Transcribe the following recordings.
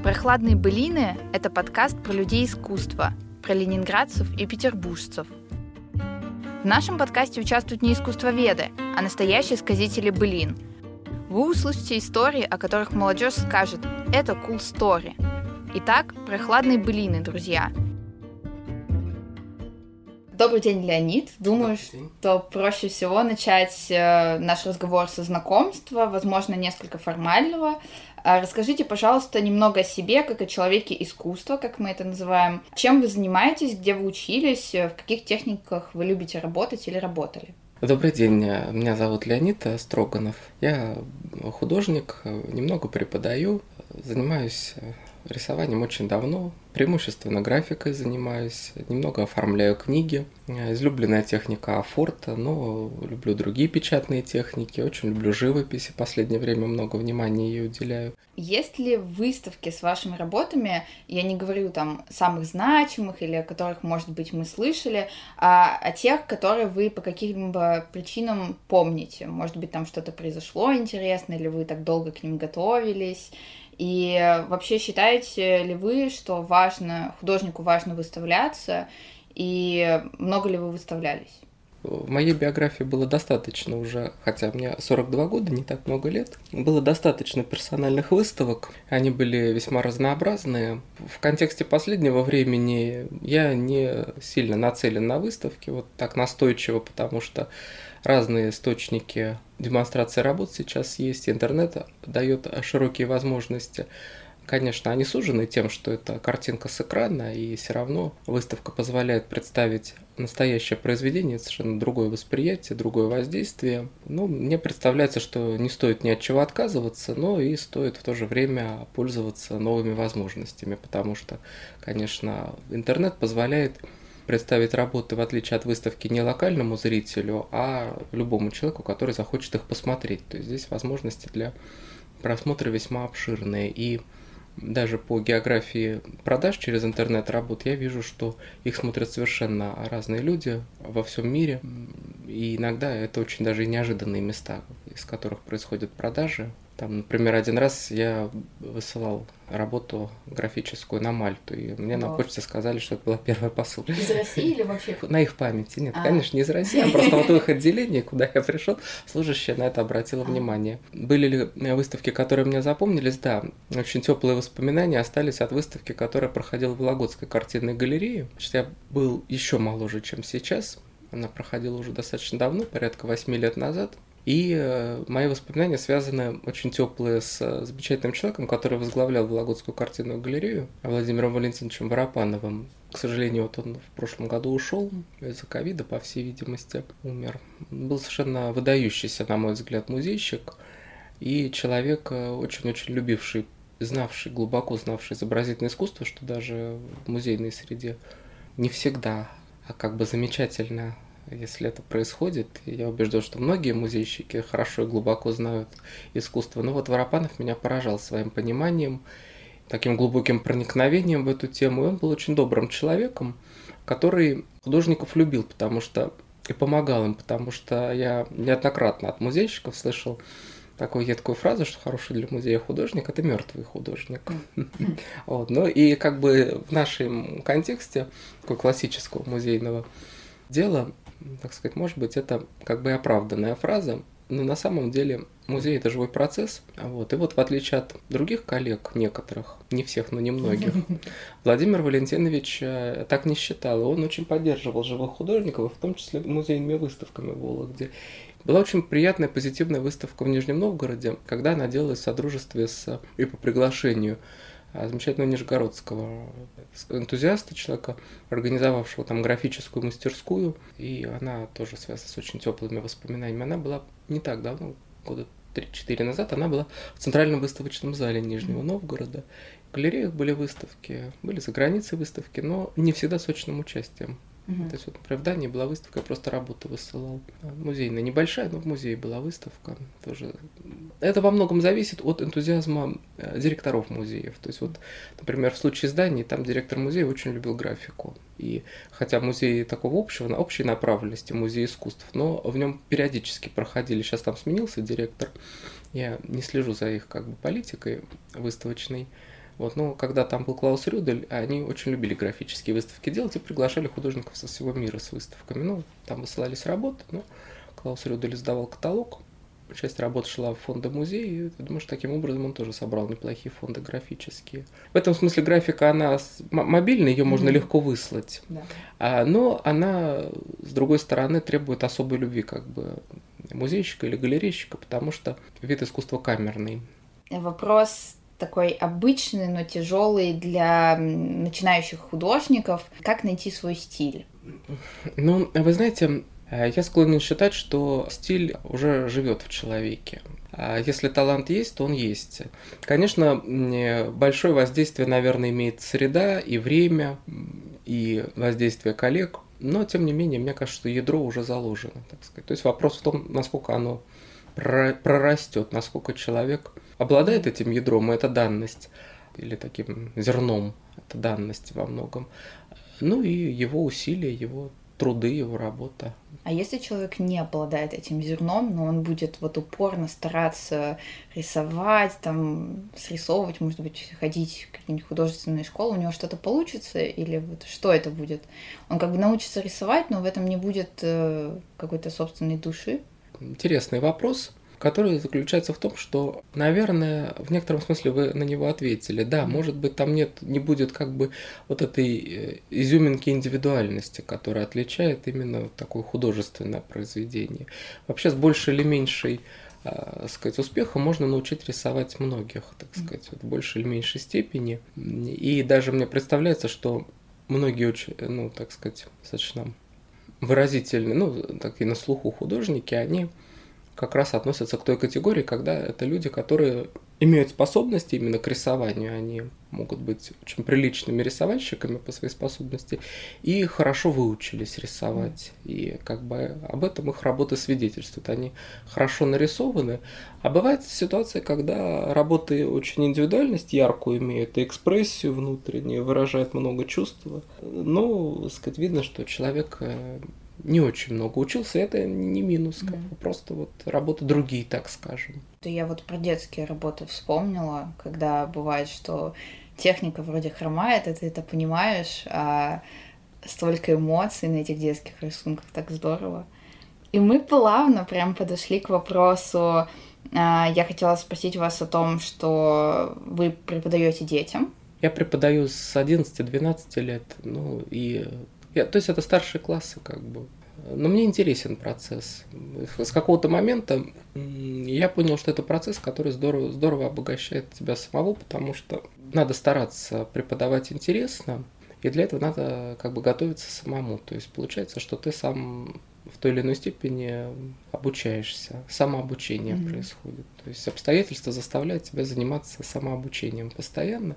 «Прохладные былины» — это подкаст про людей искусства, про ленинградцев и петербуржцев. В нашем подкасте участвуют не искусствоведы, а настоящие сказители былин. Вы услышите истории, о которых молодежь скажет «это cool story». Итак, «Прохладные былины», друзья. Добрый день, Леонид. Думаю, что проще всего начать наш разговор со знакомства, возможно, несколько формального. Расскажите, пожалуйста, немного о себе, как о человеке искусства, как мы это называем. Чем вы занимаетесь, где вы учились, в каких техниках вы любите работать или работали? Добрый день, меня зовут Леонид Строганов. Я художник, немного преподаю, занимаюсь рисованием очень давно, преимущественно графикой занимаюсь, немного оформляю книги. Излюбленная техника афорта, но люблю другие печатные техники, очень люблю живопись, и в последнее время много внимания ей уделяю. Есть ли выставки с вашими работами, я не говорю там самых значимых или о которых, может быть, мы слышали, а о тех, которые вы по каким-либо причинам помните? Может быть, там что-то произошло интересное, или вы так долго к ним готовились? И вообще считаете ли вы, что художнику важно выставляться, и много ли вы выставлялись? В моей биографии было достаточно уже, хотя мне 42 года, не так много лет, было достаточно персональных выставок, они были весьма разнообразные. В контексте последнего времени я не сильно нацелен на выставки, вот так настойчиво, потому что разные источники демонстрации работ сейчас есть, интернет дает широкие возможности. Конечно, они сужены тем, что это картинка с экрана, и все равно выставка позволяет представить настоящее произведение, совершенно другое восприятие, другое воздействие. Мне представляется, что не стоит ни от чего отказываться, но и стоит в то же время пользоваться новыми возможностями, потому что, конечно, интернет позволяет представить работы, в отличие от выставки, не локальному зрителю, а любому человеку, который захочет их посмотреть. То есть здесь возможности для просмотра весьма обширные. И даже по географии продаж через интернет работ я вижу, что их смотрят совершенно разные люди во всем мире. И иногда это очень даже и неожиданные места, из которых происходят продажи. Там, например, один раз я высылал работу графическую на Мальту, и мне на почте сказали, что это была первая посылка. Из России или вообще? На их памяти. Нет, конечно, не из России, а просто вот в их отделении, куда я пришел, служащая на это обратила внимание. Были ли выставки, которые мне запомнились? Да, очень теплые воспоминания остались от выставки, которая проходила в Вологодской картинной галерее. Я был еще моложе, чем сейчас. Она проходила уже достаточно давно, порядка 8 лет назад. И мои воспоминания связаны очень теплые с замечательным человеком, который возглавлял Вологодскую картинную галерею, Владимиром Валентиновичем Воропановым. К сожалению, вот он в прошлом году ушел из-за ковида, по всей видимости, умер. Был совершенно выдающийся, на мой взгляд, музейщик и человек, очень-очень любивший, глубоко знавший изобразительное искусство, что даже в музейной среде не всегда, а как бы замечательно. Если это происходит, я убежден, что многие музейщики хорошо и глубоко знают искусство. Но вот Воропанов меня поражал своим пониманием, таким глубоким проникновением в эту тему. И он был очень добрым человеком, который художников любил, и помогал им, потому что я неоднократно от музейщиков слышал такую едкую фразу, что хороший для музея художник – это мертвый художник. Ну и как бы в нашем контексте такого классического музейного дела, так сказать, может быть, это как бы оправданная фраза, но на самом деле музей – это живой процесс. И вот в отличие от других коллег, некоторых, не всех, но немногих, Владимир Валентинович так не считал. И он очень поддерживал живых художников, в том числе музейными выставками в Вологде. Была очень приятная, позитивная выставка в Нижнем Новгороде, когда она делалась в содружестве и по приглашению замечательного нижегородского энтузиаста, человека, организовавшего там графическую мастерскую, и она тоже связана с очень теплыми воспоминаниями. Она была не так давно, года 3-4 назад, она была в Центральном выставочном зале Нижнего Новгорода. В галереях были выставки, были за границей выставки, но не всегда с очным участием. То есть, например, в Дании была выставка, я просто работу высылал. Музейная, небольшая, но в музее была выставка. Тоже. Это во многом зависит от энтузиазма директоров музеев. То есть, например, в случае с Данией, там директор музея очень любил графику. И хотя музей такого общей направленности, музей искусств, но в нем периодически проходили, сейчас там сменился директор, я не слежу за их политикой выставочной, Вот, но когда там был Клаус Рюдель, они очень любили графические выставки делать и приглашали художников со всего мира с выставками. Ну, там высылались работы, но Клаус Рюдель издавал каталог, часть работ шла в фонды музея, и я думаю, что таким образом он тоже собрал неплохие фонды графические. В этом смысле графика, она мобильная, ее можно легко выслать, но она, с другой стороны, требует особой любви как бы музейщика или галерейщика, потому что вид искусства камерный. Вопрос такой обычный, но тяжелый для начинающих художников. Как найти свой стиль? Ну, вы знаете, я склонен считать, что стиль уже живет в человеке. А если талант есть, то он есть. Конечно, большое воздействие, наверное, имеет среда и время, и воздействие коллег, но, тем не менее, мне кажется, что ядро уже заложено, так сказать. То есть вопрос в том, насколько оно прорастет, насколько человек обладает этим ядром, и это данность, или таким зерном, это данность во многом. Ну и его усилия, его труды, его работа. А если человек не обладает этим зерном, но он будет вот упорно стараться рисовать, там, срисовывать, может быть, ходить в какие-нибудь художественные школы, у него что-то получится? Или вот что это будет? Он как бы научится рисовать, но в этом не будет какой-то собственной души? Интересный вопрос, который заключается в том, что, наверное, в некотором смысле вы на него ответили. Да, может быть, там не будет как бы вот этой изюминки индивидуальности, которая отличает именно такое художественное произведение. Вообще, с большей или меньшей, сказать, успехом можно научить рисовать многих, так сказать, в большей или меньшей степени. И даже мне представляется, что многие очень, ну, так сказать, достаточно выразительные, ну, такие на слуху художники, они как раз относятся к той категории, когда это люди, которые имеют способности именно к рисованию, они могут быть очень приличными рисовальщиками по своей способности и хорошо выучились рисовать. И как бы об этом их работы свидетельствуют. Они хорошо нарисованы. А бывает ситуация, когда работы очень индивидуальность яркую имеют, и экспрессию внутреннюю, выражают много чувств. Но, так сказать, видно, что человек не очень много учился, это не минус, как бы просто вот работы другие, так скажем. Я вот про детские работы вспомнила, когда бывает, что техника вроде хромает, и ты это понимаешь, а столько эмоций на этих детских рисунках, так здорово. И мы плавно прям подошли к вопросу. Я хотела спросить вас о том, что вы преподаете детям. Я преподаю с 11-12 лет, ну и то есть это старшие классы, как бы. Но мне интересен процесс. С какого-то момента я понял, что это процесс, который здорово обогащает тебя самого, потому что надо стараться преподавать интересно, и для этого надо как бы готовиться самому. То есть получается, что ты сам в той или иной степени обучаешься, самообучение происходит. То есть обстоятельства заставляют тебя заниматься самообучением постоянно.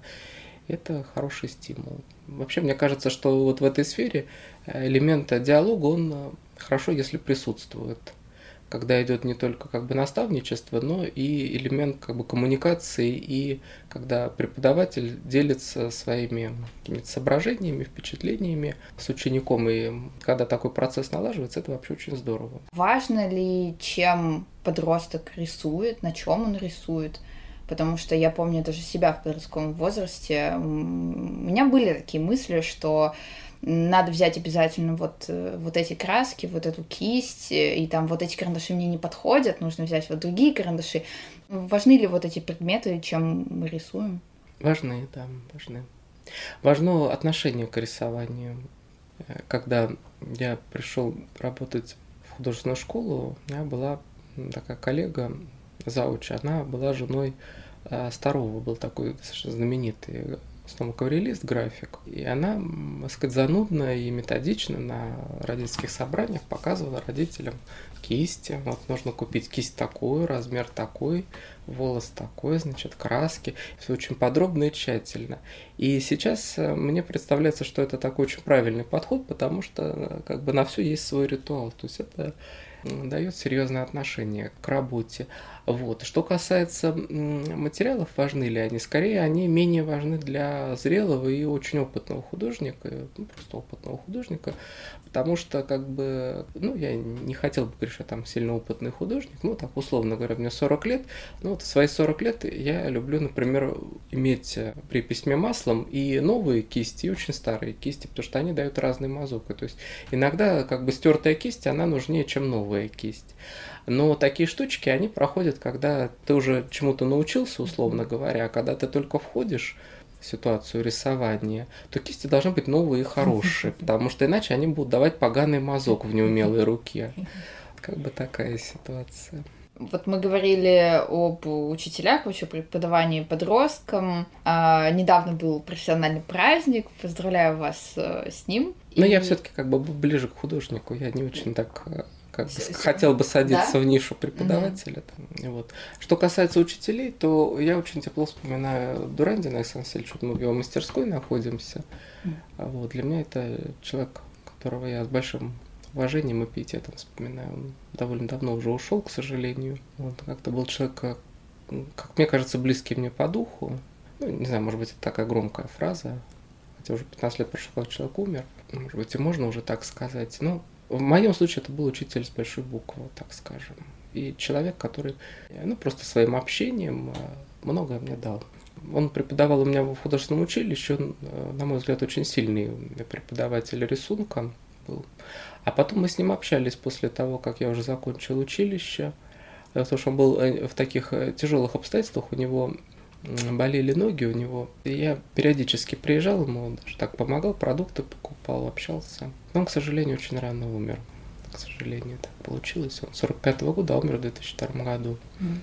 Это хороший стимул. Вообще, мне кажется, что вот в этой сфере элемент диалога, он хорошо, если присутствует. Когда идет не только как бы наставничество, но и элемент как бы коммуникации, и когда преподаватель делится своими какими-то соображениями, впечатлениями с учеником, и когда такой процесс налаживается, это вообще очень здорово. Важно ли, чем подросток рисует, на чем он рисует? Потому что я помню даже себя в подростковом возрасте. У меня были такие мысли, что надо взять обязательно вот эти краски, вот эту кисть, и там вот эти карандаши мне не подходят, нужно взять вот другие карандаши. Важны ли вот эти предметы, чем мы рисуем? Важны, да, важны. Важно отношение к рисованию. Когда я пришел работать в художественную школу, у меня была такая коллега, зауч, она была женой Старова, был такой достаточно знаменитый акварелист, график. И она, так сказать, занудно и методично на родительских собраниях показывала родителям кисти. Вот нужно купить кисть такую, размер такой, волос такой, значит, краски. Все очень подробно и тщательно. И сейчас мне представляется, что это такой очень правильный подход, потому что как бы на все есть свой ритуал. То есть это дает серьезное отношение к работе. Вот. Что касается материалов, важны ли они? Скорее, они менее важны для зрелого и очень опытного художника, просто опытного художника, потому что, я не хотел бы говорить, что я там сильно опытный художник, так, условно говоря, мне 40 лет, в свои 40 лет я люблю, например, иметь при письме маслом и новые кисти, и очень старые кисти, потому что они дают разные мазок. То есть иногда стертая кисть, она нужнее, чем новая кисть. Но такие штучки, они проходят, когда ты уже чему-то научился, условно говоря, а когда ты только входишь в ситуацию рисования, то кисти должны быть новые и хорошие, потому что иначе они будут давать поганый мазок в неумелой руке. Такая ситуация. Вот мы говорили об учителях, вообще преподавании подросткам. Недавно был профессиональный праздник. Поздравляю вас с ним. Но я все-таки ближе к художнику. Я не очень так хотел бы садиться в нишу преподавателя. Вот. Что касается учителей, то я очень тепло вспоминаю Дурандина Александра Васильевича. Мы в его мастерской находимся. Вот. Для меня это человек, которого я с большим уважением и пиететом вспоминаю. Он довольно давно уже ушел, к сожалению. Он как-то был человек, как мне кажется, близкий мне по духу. Не знаю, может быть, это такая громкая фраза, хотя уже 15 лет прошло, как человек умер. Может быть, и можно уже так сказать. Но в моем случае это был учитель с большой буквы, так скажем. И человек, который просто своим общением многое мне дал. Он преподавал у меня в художественном училище, он, на мой взгляд, очень сильный преподаватель рисунка был. А потом мы с ним общались после того, как я уже закончил училище, потому что он был в таких тяжелых обстоятельствах, у него болели ноги, у него. И я периодически приезжал ему, он даже так помогал, продукты покупал, общался. Но он, к сожалению, очень рано умер. К сожалению, так получилось. Он 45-го года, а умер в 2002 году.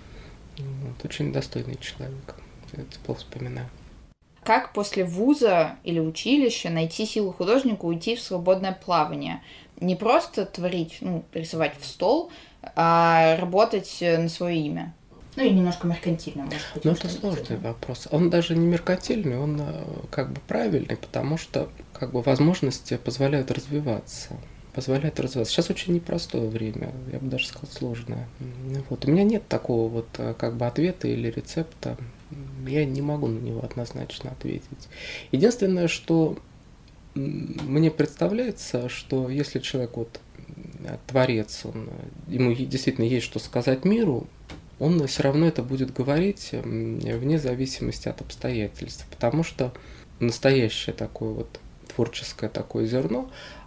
Вот, очень достойный человек. Я тепло вспоминаю. Как после вуза или училища найти силу художнику уйти в свободное плавание? Не просто творить, рисовать в стол, а работать на свое имя. И немножко меркантильно, может быть. Это сложный вопрос. Он даже не меркантильный, он правильный, потому что возможности позволяют развиваться. Сейчас очень непростое время, я бы даже сказал, сложное. Вот. У меня нет такого ответа или рецепта. Я не могу на него однозначно ответить. Единственное, что мне представляется, что если человек творец, ему действительно есть что сказать миру, он все равно это будет говорить вне зависимости от обстоятельств, потому что настоящее такое творческое такое зерно,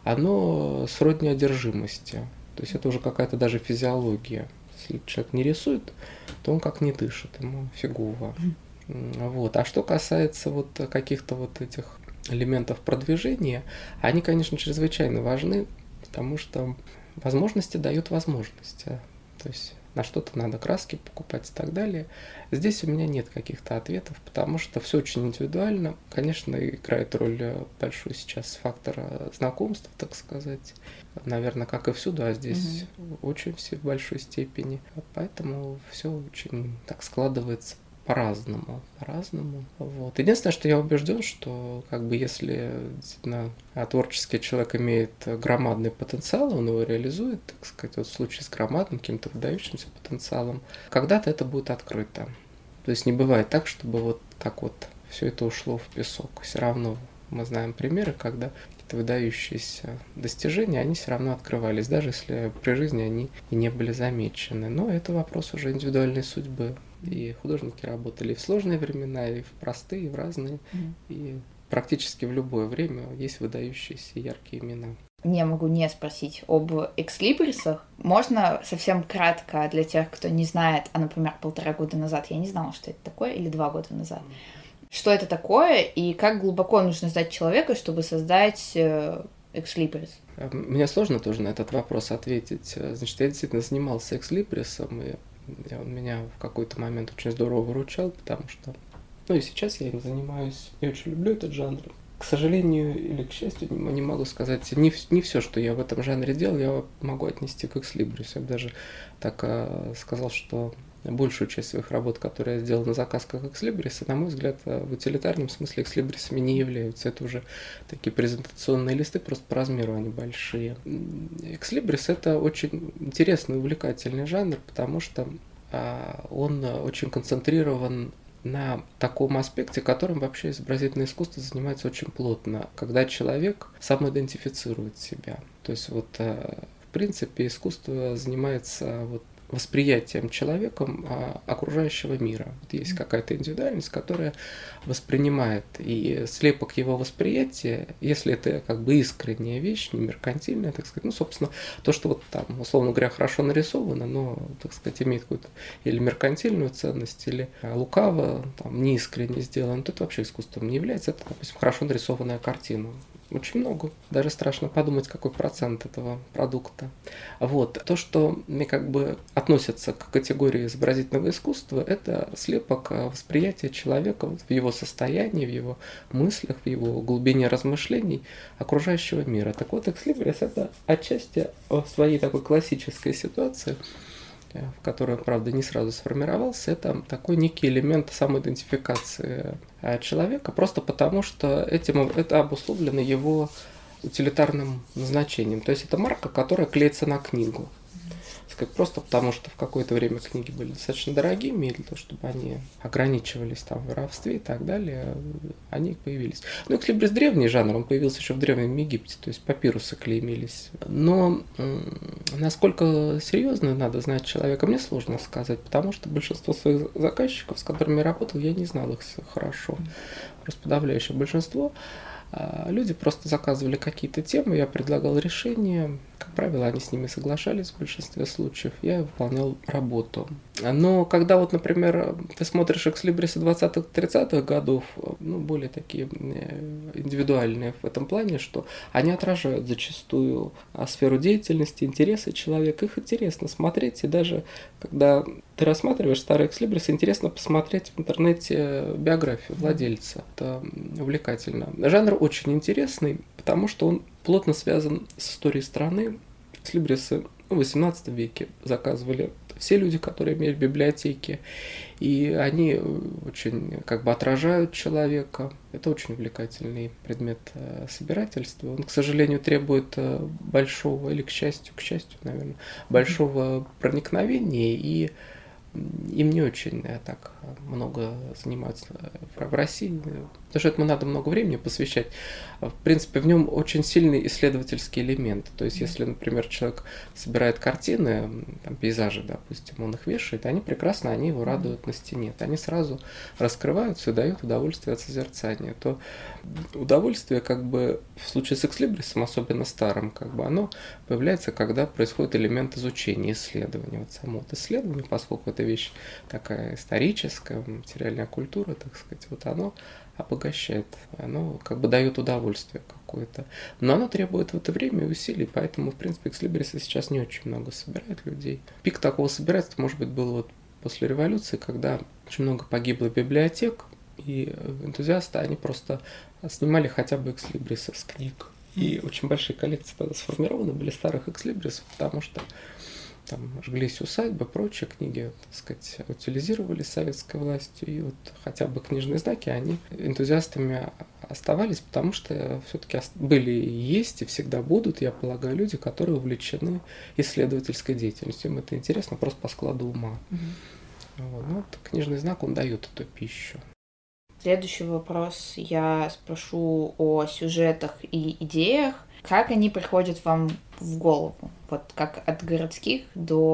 оно сродни одержимости. То есть это уже какая-то даже физиология. Если человек не рисует, то он как не дышит, ему фигово. Вот. А что касается каких-то этих элементов продвижения, они, конечно, чрезвычайно важны, потому что возможности дают возможности. То есть на что-то надо краски покупать и так далее. Здесь у меня нет каких-то ответов, потому что все очень индивидуально. Конечно, играет роль большой сейчас фактор знакомства, так сказать. Наверное, как и всюду, а здесь очень все в большой степени. Поэтому все очень так складывается по-разному. Вот. Единственное, что я убежден, что если действительно творческий человек имеет громадный потенциал, он его реализует, так сказать, в случае с громадным, каким-то выдающимся потенциалом, когда-то это будет открыто. То есть не бывает так, чтобы все это ушло в песок. Все равно мы знаем примеры, когда какие-то выдающиеся достижения, они все равно открывались, даже если при жизни они и не были замечены. Но это вопрос уже индивидуальной судьбы. И художники работали и в сложные времена, и в простые, и в разные. И практически в любое время есть выдающиеся яркие имена. Не могу не спросить об экслибрисах. Можно совсем кратко для тех, кто не знает, например, 1,5 года назад я не знала, что это такое, или 2 года назад. Что это такое и как глубоко нужно знать человека, чтобы создать экслибрис? Мне сложно тоже на этот вопрос ответить. Значит, я действительно занимался экслибрисом, и он меня в какой-то момент очень здорово выручал, потому что, и сейчас я им занимаюсь, я очень люблю этот жанр. К сожалению или к счастью, не могу сказать, не все, что я в этом жанре делал, я могу отнести к экслибрису. Я бы даже так сказал, что большую часть своих работ, которые я сделал на заказ как экслибрисы, на мой взгляд, в утилитарном смысле экслибрисами не являются. Это уже такие презентационные листы, просто по размеру они большие. Экслибрис — это очень интересный, увлекательный жанр, потому что он очень концентрирован на таком аспекте, которым вообще изобразительное искусство занимается очень плотно, когда человек сам идентифицирует себя. То есть вот в принципе искусство занимается вот восприятием человеком окружающего мира. Вот есть какая-то индивидуальность, которая воспринимает, и слепок его восприятия, если это как бы искренняя вещь, не меркантильная, так сказать, ну, собственно, то, что вот там, условно говоря, хорошо нарисовано, но, так сказать, имеет какую-то или меркантильную ценность, или лукаво, там, неискренне сделано, то это вообще искусством не является. Это, допустим, хорошо нарисованная картина. Очень много. Даже страшно подумать, какой процент этого продукта. Вот. То, что как бы относится к категории изобразительного искусства, это слепок восприятия человека в его состоянии, в его мыслях, в его глубине размышлений окружающего мира. Так вот, экслибрис — это отчасти в своей такой классической ситуации, в которой он, правда, не сразу сформировался, это такой некий элемент самоидентификации человека, просто потому что это обусловлено его утилитарным назначением. То есть это марка, которая клеится на книгу. Просто потому, что в какое-то время книги были достаточно дорогими, или то, чтобы они ограничивались там в воровстве и так далее, они появились. Ну, экслибрис — древний жанр, он появился еще в Древнем Египте, то есть папирусы клеймились. Но насколько серьезно надо знать человека, мне сложно сказать, потому что большинство своих заказчиков, с которыми я работал, я не знал их хорошо. Просто подавляющее большинство. Люди просто заказывали какие-то темы, я предлагал решения. Как правило, они с ними соглашались в большинстве случаев. Я выполнял работу. Но когда вот, например, ты смотришь экслибрисы 20-30-х годов, ну, более такие индивидуальные в этом плане, что они отражают зачастую сферу деятельности, интересы человека. Их интересно смотреть, и даже когда ты рассматриваешь старые экслибрисы, интересно посмотреть в интернете биографию владельца. Это увлекательно. Жанр очень интересный, потому что он плотно связан с историей страны. Экслибрисы в XVIII веке заказывали все люди, которые имели библиотеки, и они очень как бы отражают человека. Это очень увлекательный предмет собирательства. Он, к сожалению, требует большого, или к счастью, наверное, большого проникновения, и им не очень так много занимаются в России, потому что этому надо много времени посвящать. В принципе, в нем очень сильный исследовательский элемент. То есть, если, например, человек собирает картины, там, пейзажи, допустим, он их вешает, они прекрасно, они его радуют на стене. Они сразу раскрываются и дают удовольствие от созерцания. То удовольствие, как бы, в случае с экслибрисом, особенно старым, как бы, оно появляется, когда происходит элемент изучения, исследования. Вот само вот исследование, поскольку это вещь такая историческая, материальная культура, так сказать, вот оно обогащает, оно как бы дает удовольствие какое-то. Но оно требует в это время усилий, поэтому, в принципе, экслибрисы сейчас не очень много собирают людей. Пик такого собирательства, может быть, был вот после революции, когда очень много погибло библиотек, и энтузиасты, они просто снимали хотя бы экслибрисы с книг. И очень большие коллекции тогда сформированы были старых экслибрисов, потому что там жглись усадьбы, прочие книги, так сказать, утилизировались советской властью, и вот хотя бы книжные знаки, они энтузиастами оставались, потому что все-таки были и есть, и всегда будут, я полагаю, люди, которые увлечены исследовательской деятельностью. Им это интересно просто по складу ума. Вот. Ну, вот книжный знак, он дает эту пищу. Следующий вопрос я спрошу о сюжетах и идеях. Как они приходят вам в голову? Вот как от городских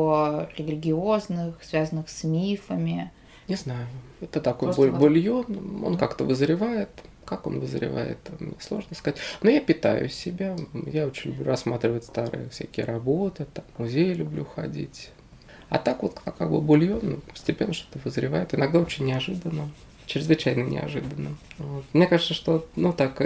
до религиозных, связанных с мифами? Не знаю. Это такой бульон, он как-то вызревает. Как он вызревает, мне сложно сказать. Но я питаю себя. Я очень люблю рассматривать старые всякие работы, там, в музей люблю ходить. А так вот как бы бульон, постепенно что-то вызревает. Иногда очень неожиданно. Чрезвычайно неожиданно. Вот. Мне кажется, что, ну так,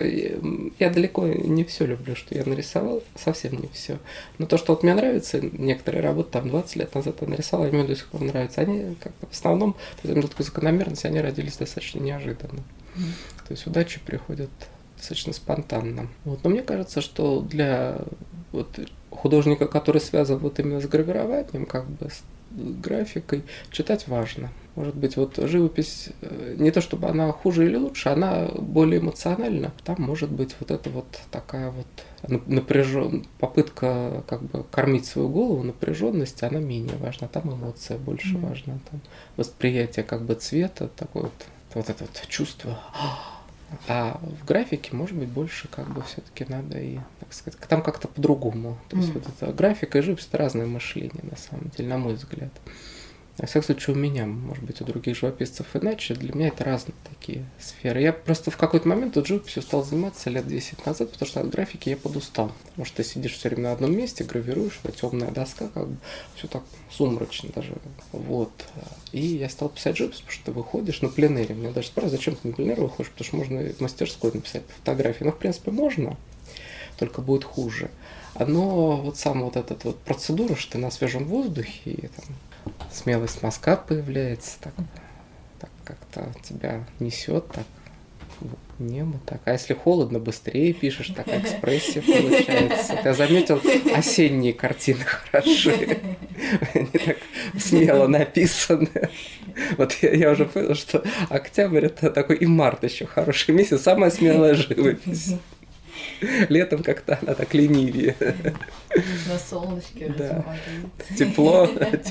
я далеко не все люблю, что я нарисовал, совсем не все. Но то, что вот мне нравится, некоторые работы, там 20 лет назад я нарисовал, они мне до сих пор нравятся. Они как-то в основном, по такой закономерности, они родились достаточно неожиданно. То есть удачи приходят достаточно спонтанно. Вот. Но мне кажется, что для вот художника, который связан вот именно с гравированием, как бы графикой читать важно. Может быть, вот живопись, не то чтобы она хуже или лучше, она более эмоциональна. Там может быть вот это вот такая вот попытка как бы кормить свою голову, напряженность, она менее важна. Там эмоция больше важна, там восприятие как бы цвета, такое вот это вот чувство. А в графике, может быть, больше как бы все-таки надо и, так сказать, там как-то по-другому. То есть вот это графика и живопись — это разное мышление, на самом деле, на мой взгляд. Во всяком случае, у меня, может быть, у других живописцев иначе, для меня это разные такие сферы. Я просто в какой-то момент вот живописью стал заниматься лет 10 назад, потому что от графики я подустал. Потому что ты сидишь все время на одном месте, гравируешь, темная доска, как бы все так сумрачно даже. Вот. И я стал писать живопись, потому что ты выходишь на пленэре. Меня даже спрашивают, зачем ты на пленэр выходишь, потому что можно в мастерской написать по фотографии. Ну, в принципе, можно, только будет хуже. Но вот сам вот этот вот процедура, что ты на свежем воздухе, и там смелость мазка появляется, так как-то тебя несет, так небо, так. А если холодно, быстрее пишешь, такая экспрессия получается. Ты заметил, осенние картины хороши, они так смело написаны. Вот я уже понял, что октябрь — это такой, и март еще хороший месяц, самая смелая живопись. Летом как-то она так ленивее. На солнышке. Да. Тепло.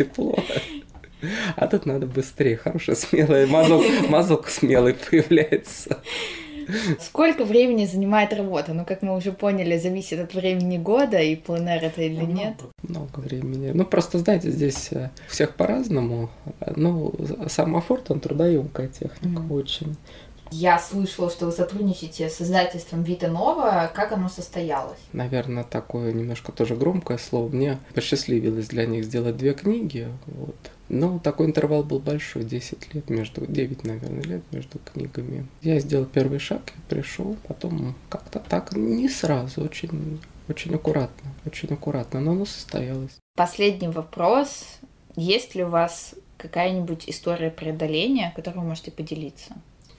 А тут надо быстрее. Хорошая, смелая. Мазок смелый появляется. Сколько времени занимает работа? Ну, как мы уже поняли, зависит от времени года, и пленэр это или нет. Много времени. Ну, просто, знаете, здесь всех по-разному. Ну, сам афорт, он трудоемкая техника очень. Я слышала, что вы сотрудничаете с издательством Вита Нова. Как оно состоялось? Наверное, такое немножко тоже громкое слово. Мне посчастливилось для них сделать 2 книги. Вот. Но такой интервал был большой, 10 лет, 9, наверное, лет между книгами. Я сделал первый шаг, пришел, потом как-то так, не сразу, очень аккуратно, но оно состоялось. Последний вопрос. Есть ли у вас какая-нибудь история преодоления, которой вы можете поделиться?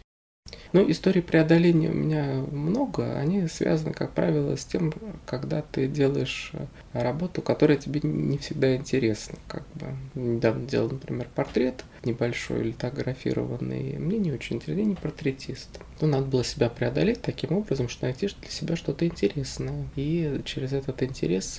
Ну, историй преодоления у меня много. Они связаны, как правило, с тем, когда ты делаешь работу, которая тебе не всегда интересна. Как бы. Недавно делал, например, портрет небольшой, литографированный. Мне не очень интересно, я не портретист. Но надо было себя преодолеть таким образом, что найти для себя что-то интересное. И через этот интерес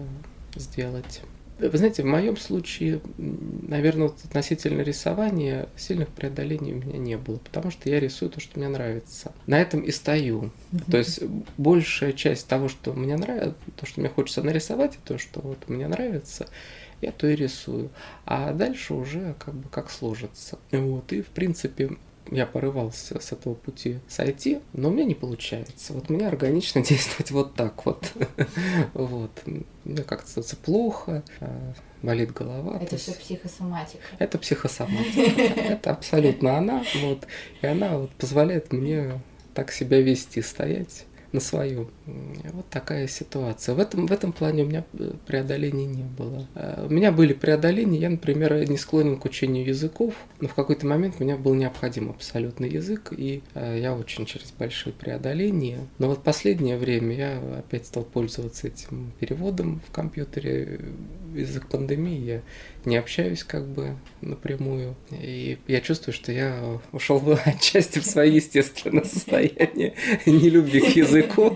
сделать. Вы знаете, в моем случае, наверное, относительно рисования сильных преодолений у меня не было, потому что я рисую то, что мне нравится. На этом и стою. То есть большая часть того, что мне нравится, то, что мне хочется нарисовать, и то, что вот мне нравится, я то и рисую. А дальше уже как сложится. Вот, и в принципе я порывался с этого пути сойти, но у меня не получается. Вот мне органично действовать вот так вот. Вот. Мне как-то становится плохо, болит голова. Это все психосоматика. Это психосоматика. Это абсолютно она. Вот. И она вот позволяет мне так себя вести, стоять на своем. Вот такая ситуация. В этом плане у меня преодолений не было. У меня были преодоления. Я, например, не склонен к учению языков, но в какой-то момент мне был необходим абсолютный язык, и я очень через большие преодоления. Но вот последнее время я опять стал пользоваться этим переводом в компьютере. Из-за пандемии я не общаюсь как бы напрямую. И я чувствую, что я ушел отчасти в свое естественное состояние нелюбви к языку.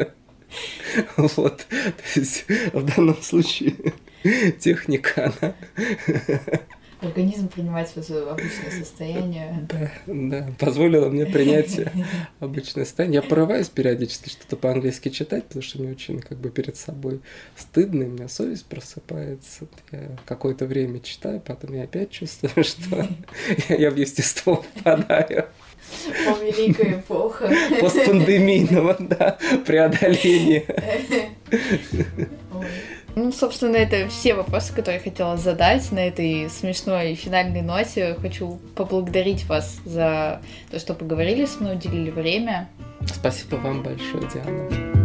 Вот. То есть в данном случае техника, она... Организм принимает свое обычное состояние. Да, позволило мне принять обычное состояние. Я порываюсь периодически что-то по-английски читать, потому что мне очень как бы перед собой стыдно, и у меня совесть просыпается. Я какое-то время читаю, потом я опять чувствую, что я в естество впадаю. О, великая эпоха. Постпандемийного, да, преодоления. Ну, собственно, это все вопросы, которые я хотела задать на этой смешной финальной ноте. Хочу поблагодарить вас за то, что поговорили со мной, уделили время. Спасибо вам большое, Диана.